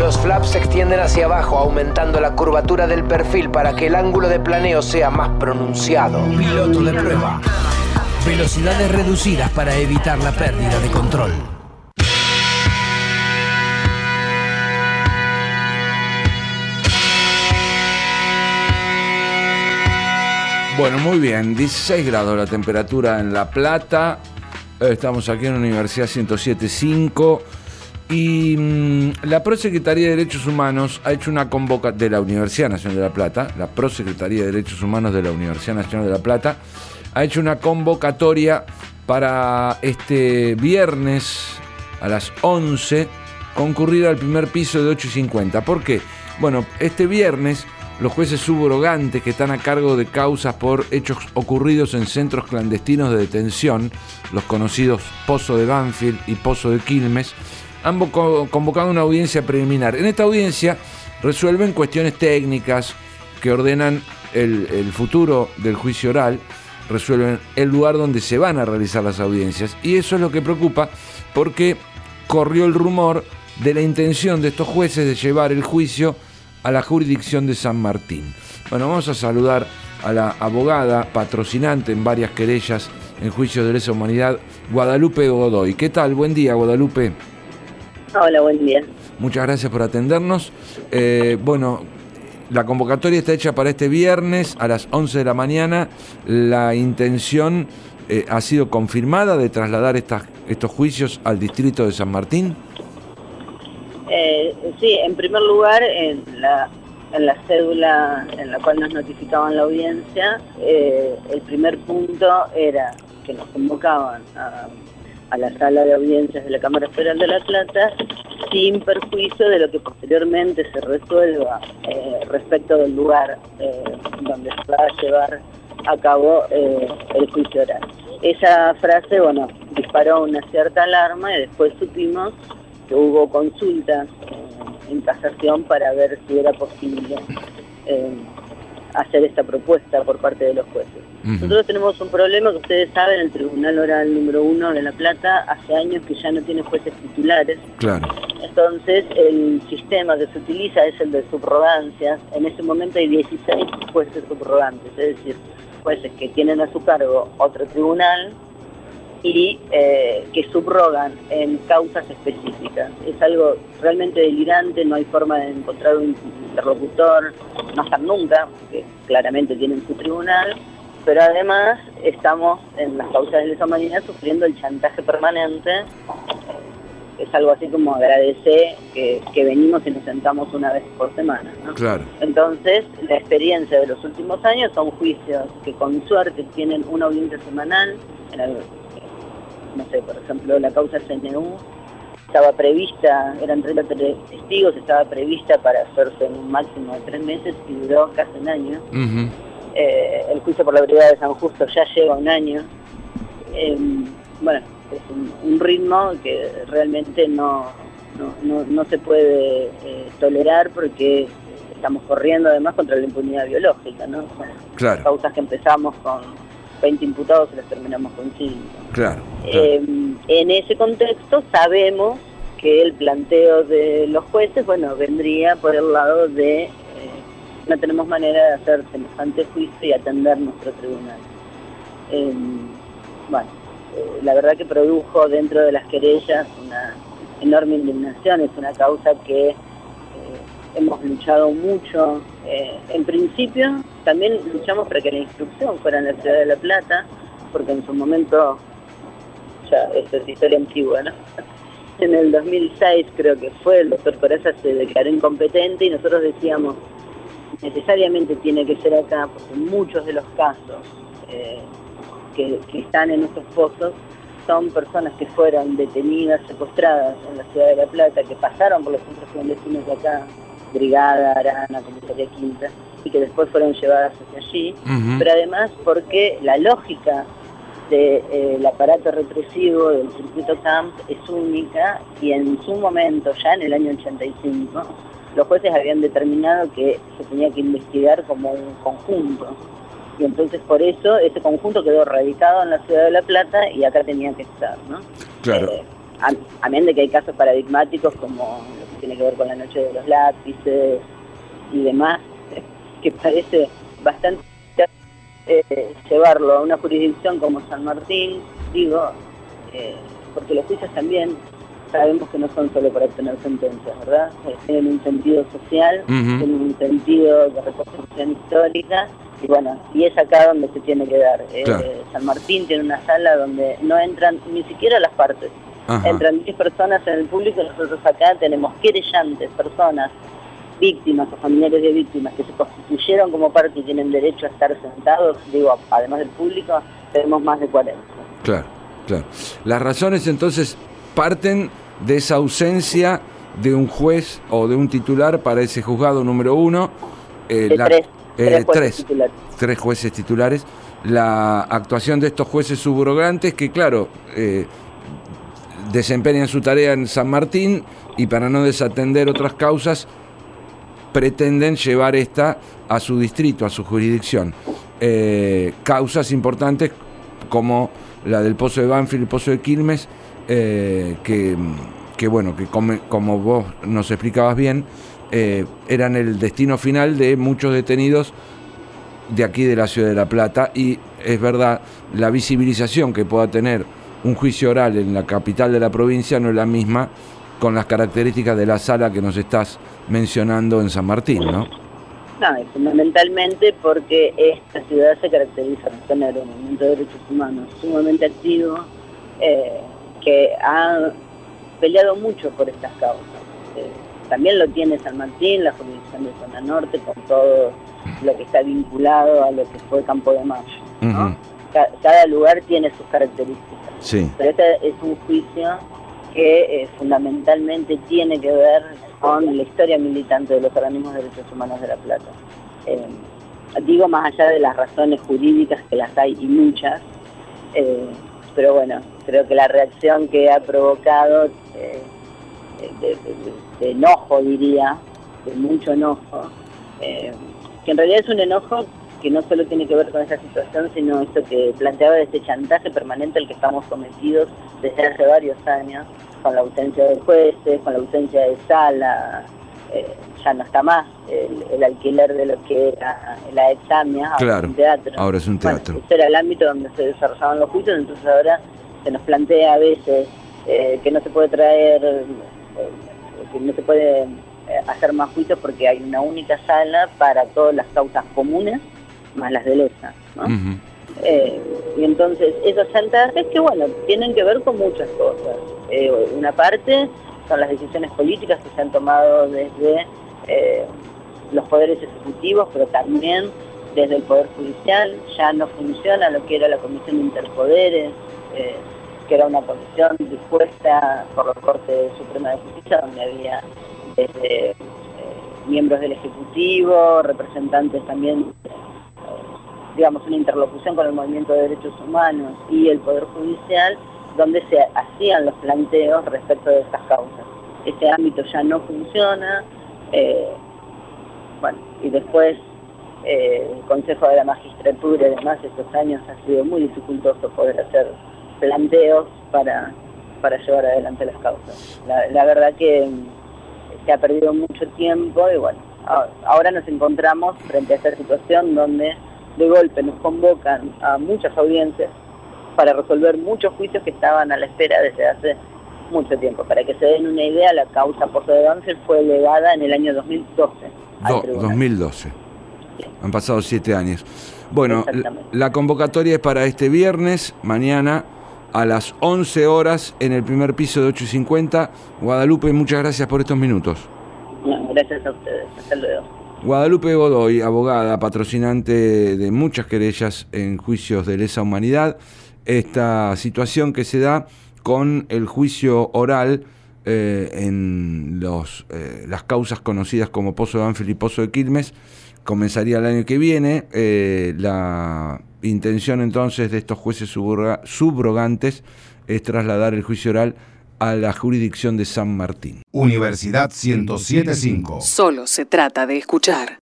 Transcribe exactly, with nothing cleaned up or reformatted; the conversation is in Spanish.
Los flaps se extienden hacia abajo, aumentando la curvatura del perfil para que el ángulo de planeo sea más pronunciado. Piloto de prueba. Velocidades reducidas para evitar la pérdida de control. Bueno, muy bien, dieciséis grados la temperatura en La Plata. Estamos aquí en la Universidad ciento siete punto cinco y mmm, la Prosecretaría de Derechos Humanos ha hecho una convocatoria de la Universidad Nacional de La Plata, la Prosecretaría de Derechos Humanos de la Universidad Nacional de La Plata, ha hecho una convocatoria para este viernes a las once concurrir al primer piso de ocho y cincuenta. ¿Por qué? Bueno, este viernes los jueces subrogantes que están a cargo de causas por hechos ocurridos en centros clandestinos de detención, los conocidos Pozo de Banfield y Pozo de Quilmes, han convocado una audiencia preliminar. En esta audiencia resuelven cuestiones técnicas que ordenan el, el futuro del juicio oral, resuelven el lugar donde se van a realizar las audiencias, y eso es lo que preocupa porque corrió el rumor de la intención de estos jueces de llevar el juicio a la jurisdicción de San Martín. Bueno, vamos a saludar a la abogada patrocinante en varias querellas en juicios de lesa humanidad, Guadalupe Godoy. ¿Qué tal? Buen día, Guadalupe. Hola, buen día. Muchas gracias por atendernos. Eh, bueno, la convocatoria está hecha para este viernes a las once de la mañana. La intención eh, ha sido confirmada de trasladar estas, estos juicios al distrito de San Martín. Eh, sí, en primer lugar, en la, en la cédula en la cual nos notificaban la audiencia, eh, el primer punto era que nos convocaban a, a la sala de audiencias de la Cámara Federal de La Plata sin perjuicio de lo que posteriormente se resuelva eh, respecto del lugar eh, donde se va a llevar a cabo eh, el juicio oral. Esa frase, bueno, disparó una cierta alarma y después supimos que hubo consultas eh, en casación para ver si era posible eh, hacer esta propuesta por parte de los jueces. Uh-huh. Nosotros tenemos un problema que ustedes saben, el Tribunal Oral número uno de La Plata hace años que ya no tiene jueces titulares. Claro. Entonces el sistema que se utiliza es el de subrogancias. En ese momento hay dieciséis jueces subrogantes, es decir, jueces que tienen a su cargo otro tribunal y eh, que subrogan en causas específicas. Es algo realmente delirante, no hay forma de encontrar un interlocutor, no están nunca, porque claramente tienen su tribunal, pero además estamos en las causas de lesa humanidad sufriendo el chantaje permanente. Es algo así como agradecer que, que venimos y nos sentamos una vez por semana, ¿no? Claro. Entonces, la experiencia de los últimos años son juicios que con suerte tienen una audiencia semanal. En el, no sé, por ejemplo, la causa C N U estaba prevista, eran treinta testigos, estaba prevista para hacerse en un máximo de tres meses y duró casi un año. Uh-huh. Eh, el juicio por la brigada de San Justo ya lleva un año. Eh, bueno, es un, un ritmo que realmente no, no, no, no se puede eh, tolerar porque estamos corriendo además contra la impunidad biológica, ¿no? Bueno, claro. Causas que empezamos con veinte imputados y las terminamos con cinco. Claro, claro. Eh, en ese contexto sabemos que el planteo de los jueces, bueno, vendría por el lado de eh, no tenemos manera de hacer semejante juicio y atender nuestro tribunal. Eh, bueno, eh, la verdad que produjo dentro de las querellas una enorme indignación, es una causa que eh, hemos luchado mucho. Eh, en principio también luchamos para que la instrucción fuera en la ciudad de La Plata, porque en su momento, ya esto es historia antigua, ¿no? En el dos mil seis creo que fue, el doctor Coraza se declaró incompetente y nosotros decíamos, necesariamente tiene que ser acá, porque muchos de los casos eh, que, que están en estos pozos son personas que fueron detenidas, secuestradas en la ciudad de La Plata, que pasaron por los centros clandestinos de acá, Brigada, Arana, Comisaría Quinta, y que después fueron llevadas hacia allí, uh-huh. Pero además porque la lógica del de, eh, aparato represivo del circuito Camp es única y en su momento, ya en el año ochenta y cinco, los jueces habían determinado que se tenía que investigar como un conjunto. Y entonces por eso ese conjunto quedó radicado en la ciudad de La Plata y acá tenía que estar, ¿no? Claro. Eh, a, amén de que hay casos paradigmáticos como lo tiene que ver con la noche de los lápices y demás, que parece bastante eh, llevarlo a una jurisdicción como San Martín, digo, eh, porque los juicios también sabemos que no son solo para obtener sentencias, ¿verdad? Eh, tienen un sentido social, uh-huh. tienen un sentido de reconstrucción histórica, y bueno, y es acá donde se tiene que dar. Eh, claro. San Martín tiene una sala donde no entran ni siquiera las partes. Ajá. Entran diez personas en el público, y nosotros acá tenemos querellantes, personas, víctimas o familiares de víctimas que se constituyeron como parte y tienen derecho a estar sentados, digo, además del público, tenemos más de cuarenta. Claro, claro. Las razones entonces parten de esa ausencia de un juez o de un titular para ese juzgado número uno. Eh, de la, tres, eh, tres, jueces tres, titulares. tres jueces titulares. La actuación de estos jueces subrogantes que, claro, eh, desempeñan su tarea en San Martín y para no desatender otras causas pretenden llevar esta a su distrito, a su jurisdicción. Eh, causas importantes como la del Pozo de Banfield y el Pozo de Quilmes, eh, que, que bueno, que como, como vos nos explicabas bien, eh, eran el destino final de muchos detenidos de aquí de la ciudad de La Plata, y es verdad, la visibilización que pueda tener un juicio oral en la capital de la provincia no es la misma con las características de la sala que nos estás mencionando en San Martín, ¿no? No, es fundamentalmente porque esta ciudad se caracteriza por tener un movimiento de derechos humanos sumamente activo, eh, que ha peleado mucho por estas causas. Eh, también lo tiene San Martín, la jurisdicción de Zona Norte, con todo lo que está vinculado a lo que fue Campo de Mayo, ¿no? Uh-huh. Cada, cada lugar tiene sus características. Sí. Pero este es un juicio que eh, fundamentalmente tiene que ver con la historia militante de los organismos de derechos humanos de La Plata. Eh, digo, más allá de las razones jurídicas, que las hay y muchas, eh, pero bueno, creo que la reacción que ha provocado, eh, de, de, de enojo diría, de mucho enojo, eh, que en realidad es un enojo que no solo tiene que ver con esa situación, sino esto que planteaba de este chantaje permanente al que estamos sometidos desde hace varios años, con la ausencia de jueces, con la ausencia de sala, eh, ya no está más el, el alquiler de lo que era la examia, ahora claro, es un teatro. Ahora es un teatro. Bueno, ese era el ámbito donde se desarrollaban los juicios, entonces ahora se nos plantea a veces eh, que no se puede traer, eh, que no se puede eh, hacer más juicios porque hay una única sala para todas las causas comunes, más las de lesa, ¿no? Uh-huh. Eh, y entonces esos chantajes que, bueno, tienen que ver con muchas cosas. Eh, una parte son las decisiones políticas que se han tomado desde eh, los poderes ejecutivos, pero también desde el Poder Judicial. Ya no funciona lo que era la Comisión de Interpoderes, eh, que era una comisión dispuesta por la Corte Suprema de Justicia, donde había desde eh, miembros del Ejecutivo, representantes también, digamos, una interlocución con el movimiento de derechos humanos y el Poder Judicial, donde se hacían los planteos respecto de estas causas. Ese ámbito ya no funciona, eh, bueno, y después eh, el Consejo de la Magistratura y demás, estos años ha sido muy dificultoso poder hacer planteos para, para llevar adelante las causas. La, la verdad que se ha perdido mucho tiempo y bueno, ahora nos encontramos frente a esta situación donde de golpe nos convocan a muchas audiencias para resolver muchos juicios que estaban a la espera desde hace mucho tiempo. Para que se den una idea, la causa Pozo de Banfield fue elevada en el año dos mil doce. Do, dos mil doce. Sí. Han pasado siete años. Bueno, la, la convocatoria es para este viernes, mañana, a las once horas, en el primer piso de ocho y cincuenta. Guadalupe, muchas gracias por estos minutos. No, gracias a ustedes. Hasta luego. Guadalupe Godoy, abogada, patrocinante de muchas querellas en juicios de lesa humanidad. Esta situación que se da con el juicio oral eh, en los, eh, las causas conocidas como Pozo de Banfield y Pozo de Quilmes comenzaría el año que viene. Eh, la intención entonces de estos jueces subrogantes es trasladar el juicio oral a la jurisdicción de San Martín. Universidad ciento siete punto cinco. Solo se trata de escuchar.